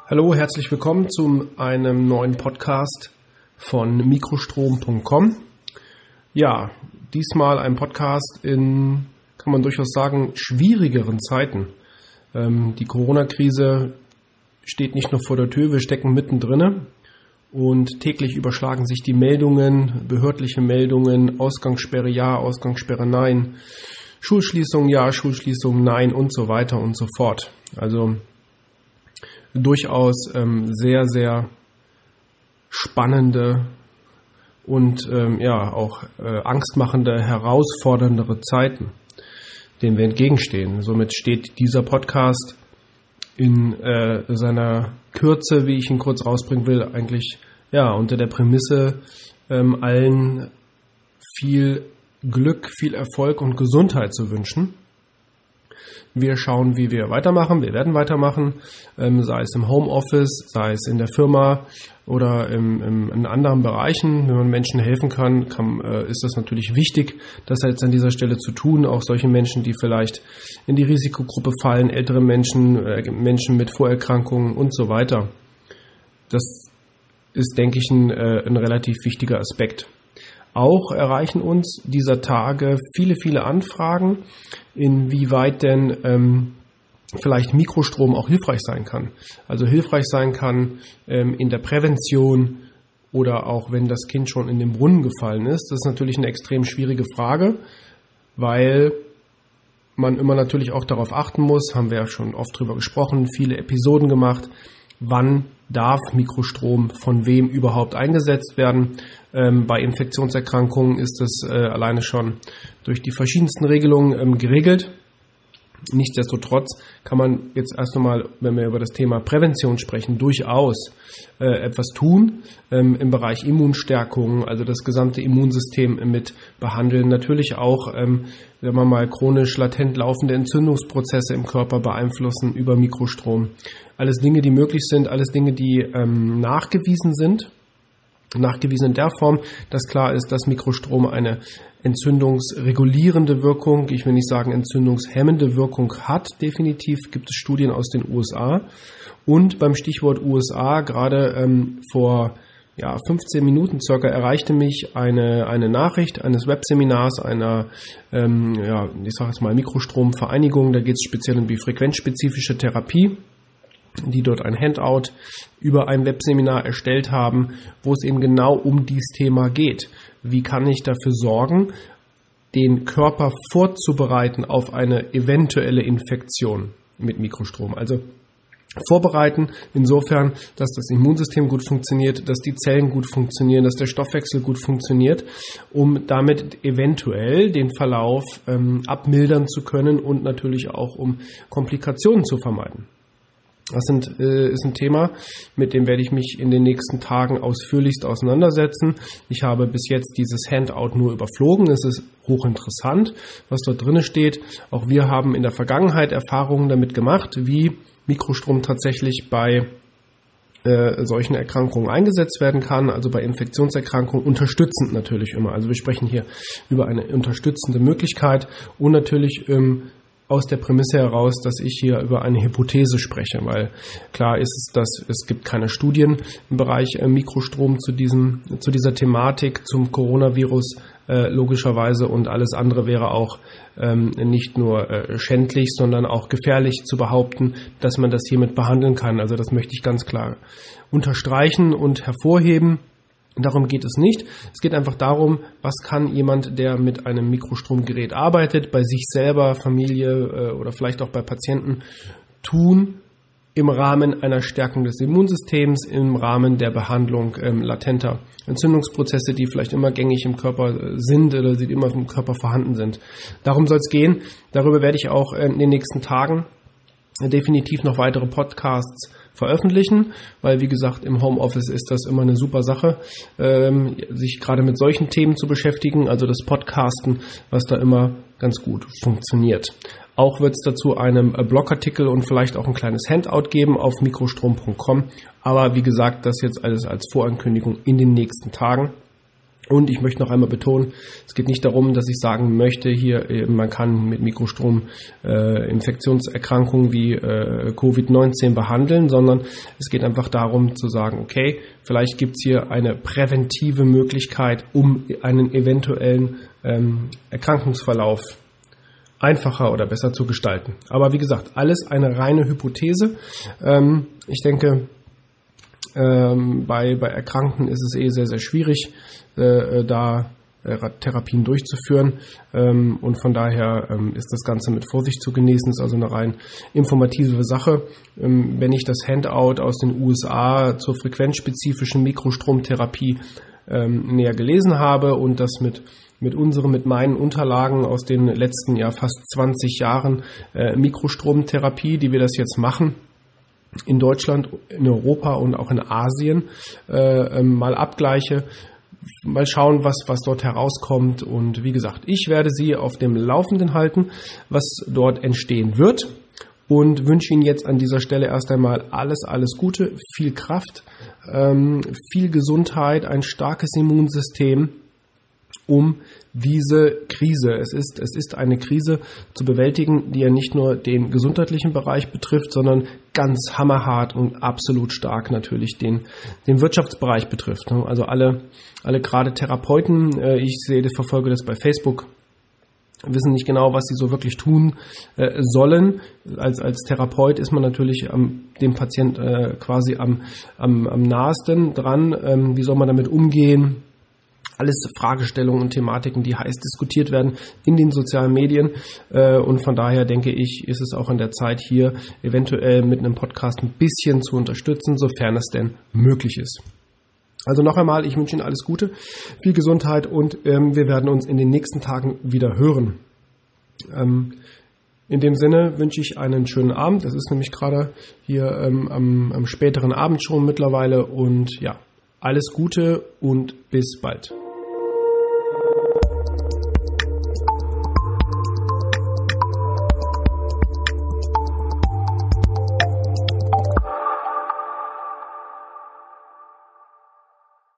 Hallo, herzlich willkommen zu einem neuen Podcast von mikrostrom.com. Ja, diesmal ein Podcast in, kann man durchaus sagen, schwierigeren Zeiten. Die Corona-Krise steht nicht nur vor der Tür, wir stecken mittendrin und täglich überschlagen sich die Meldungen, behördliche Meldungen, Ausgangssperre ja, Ausgangssperre nein, Schulschließung ja, Schulschließung nein und so weiter und so fort. Also durchaus sehr, sehr spannende und auch angstmachende, herausforderndere Zeiten, denen wir entgegenstehen. Somit steht dieser Podcast in seiner Kürze, wie ich ihn kurz rausbringen will, eigentlich unter der Prämisse, allen viel Glück, viel Erfolg und Gesundheit zu wünschen. Wir schauen, wie wir weitermachen. Wir werden weitermachen, sei es im Homeoffice, sei es in der Firma oder in anderen Bereichen. Wenn man Menschen helfen kann, ist das natürlich wichtig, das jetzt an dieser Stelle zu tun. Auch solche Menschen, die vielleicht in die Risikogruppe fallen, ältere Menschen, Menschen mit Vorerkrankungen und so weiter. Das ist, denke ich, ein relativ wichtiger Aspekt. Auch erreichen uns dieser Tage viele, viele Anfragen, inwieweit denn vielleicht Mikrostrom auch hilfreich sein kann. Also hilfreich sein kann in der Prävention oder auch wenn das Kind schon in den Brunnen gefallen ist. Das ist natürlich eine extrem schwierige Frage, weil man immer natürlich auch darauf achten muss, haben wir ja schon oft drüber gesprochen, viele Episoden gemacht, wann darf Mikrostrom von wem überhaupt eingesetzt werden. Bei Infektionserkrankungen ist es alleine schon durch die verschiedensten Regelungen geregelt. Nichtsdestotrotz kann man jetzt erst einmal, wenn wir über das Thema Prävention sprechen, durchaus etwas tun im Bereich Immunstärkung, also das gesamte Immunsystem mit behandeln. Natürlich auch, wenn man mal chronisch latent laufende Entzündungsprozesse im Körper beeinflussen über Mikrostrom. Alles Dinge, die möglich sind, alles Dinge, die nachgewiesen sind. Nachgewiesen in der Form, dass klar ist, dass Mikrostrom eine entzündungsregulierende Wirkung, ich will nicht sagen entzündungshemmende Wirkung hat. Definitiv gibt es Studien aus den USA. Und beim Stichwort USA, gerade vor 15 Minuten circa, erreichte mich eine Nachricht eines Webseminars einer, ich sage jetzt mal Mikrostromvereinigung. Da geht es speziell um die frequenzspezifische Therapie, die dort ein Handout über ein Webseminar erstellt haben, wo es eben genau um dieses Thema geht. Wie kann ich dafür sorgen, den Körper vorzubereiten auf eine eventuelle Infektion mit Mikrostrom? Also vorbereiten insofern, dass das Immunsystem gut funktioniert, dass die Zellen gut funktionieren, dass der Stoffwechsel gut funktioniert, um damit eventuell den Verlauf abmildern zu können und natürlich auch um Komplikationen zu vermeiden. Das ist ein Thema, mit dem werde ich mich in den nächsten Tagen ausführlichst auseinandersetzen. Ich habe bis jetzt dieses Handout nur überflogen. Es ist hochinteressant, was dort drin steht. Auch wir haben in der Vergangenheit Erfahrungen damit gemacht, wie Mikrostrom tatsächlich bei solchen Erkrankungen eingesetzt werden kann, also bei Infektionserkrankungen unterstützend natürlich immer. Also wir sprechen hier über eine unterstützende Möglichkeit und natürlich aus der Prämisse heraus, dass ich hier über eine Hypothese spreche, weil klar ist es, dass es gibt keine Studien im Bereich Mikrostrom zu dieser Thematik, zum Coronavirus logischerweise, und alles andere wäre auch nicht nur schändlich, sondern auch gefährlich zu behaupten, dass man das hiermit behandeln kann. Also das möchte ich ganz klar unterstreichen und hervorheben. Darum geht es nicht. Es geht einfach darum, was kann jemand, der mit einem Mikrostromgerät arbeitet, bei sich selber, Familie oder vielleicht auch bei Patienten tun im Rahmen einer Stärkung des Immunsystems, im Rahmen der Behandlung latenter Entzündungsprozesse, die vielleicht immer gängig im Körper sind oder die immer im Körper vorhanden sind. Darum soll es gehen. Darüber werde ich auch in den nächsten Tagen definitiv noch weitere Podcasts veröffentlichen, weil wie gesagt im Homeoffice ist das immer eine super Sache, sich gerade mit solchen Themen zu beschäftigen, also das Podcasten, was da immer ganz gut funktioniert. Auch wird es dazu einen Blogartikel und vielleicht auch ein kleines Handout geben auf mikrostrom.com, aber wie gesagt, das jetzt alles als Vorankündigung in den nächsten Tagen. Und ich möchte noch einmal betonen, es geht nicht darum, dass ich sagen möchte, hier, man kann mit Mikrostrom Infektionserkrankungen wie Covid-19 behandeln, sondern es geht einfach darum zu sagen, okay, vielleicht gibt es hier eine präventive Möglichkeit, um einen eventuellen Erkrankungsverlauf einfacher oder besser zu gestalten. Aber wie gesagt, alles eine reine Hypothese. Ich denke, bei Erkrankten ist es sehr, sehr schwierig, da Therapien durchzuführen. Und von daher ist das Ganze mit Vorsicht zu genießen. Ist also eine rein informative Sache. Wenn ich das Handout aus den USA zur frequenzspezifischen Mikrostromtherapie näher gelesen habe und das mit meinen Unterlagen aus den letzten fast 20 Jahren Mikrostromtherapie, die wir das jetzt machen, in Deutschland, in Europa und auch in Asien, mal abgleiche, mal schauen, was dort herauskommt. Und wie gesagt, ich werde Sie auf dem Laufenden halten, was dort entstehen wird, und wünsche Ihnen jetzt an dieser Stelle erst einmal alles Gute, viel Kraft, viel Gesundheit, ein starkes Immunsystem, um diese Krise, es ist eine Krise zu bewältigen, die ja nicht nur den gesundheitlichen Bereich betrifft, sondern ganz hammerhart und absolut stark natürlich den Wirtschaftsbereich betrifft. Also alle gerade Therapeuten, verfolge das bei Facebook, wissen nicht genau, was sie so wirklich tun sollen. Als Therapeut ist man natürlich dem Patient quasi am nahesten dran. Wie soll man damit umgehen? Alles Fragestellungen und Thematiken, die heiß diskutiert werden in den sozialen Medien. Und von daher denke ich, ist es auch an der Zeit, hier eventuell mit einem Podcast ein bisschen zu unterstützen, sofern es denn möglich ist. Also noch einmal, ich wünsche Ihnen alles Gute, viel Gesundheit, und wir werden uns in den nächsten Tagen wieder hören. In dem Sinne wünsche ich einen schönen Abend. Es ist nämlich gerade hier am späteren Abend schon mittlerweile, und ja, alles Gute und bis bald.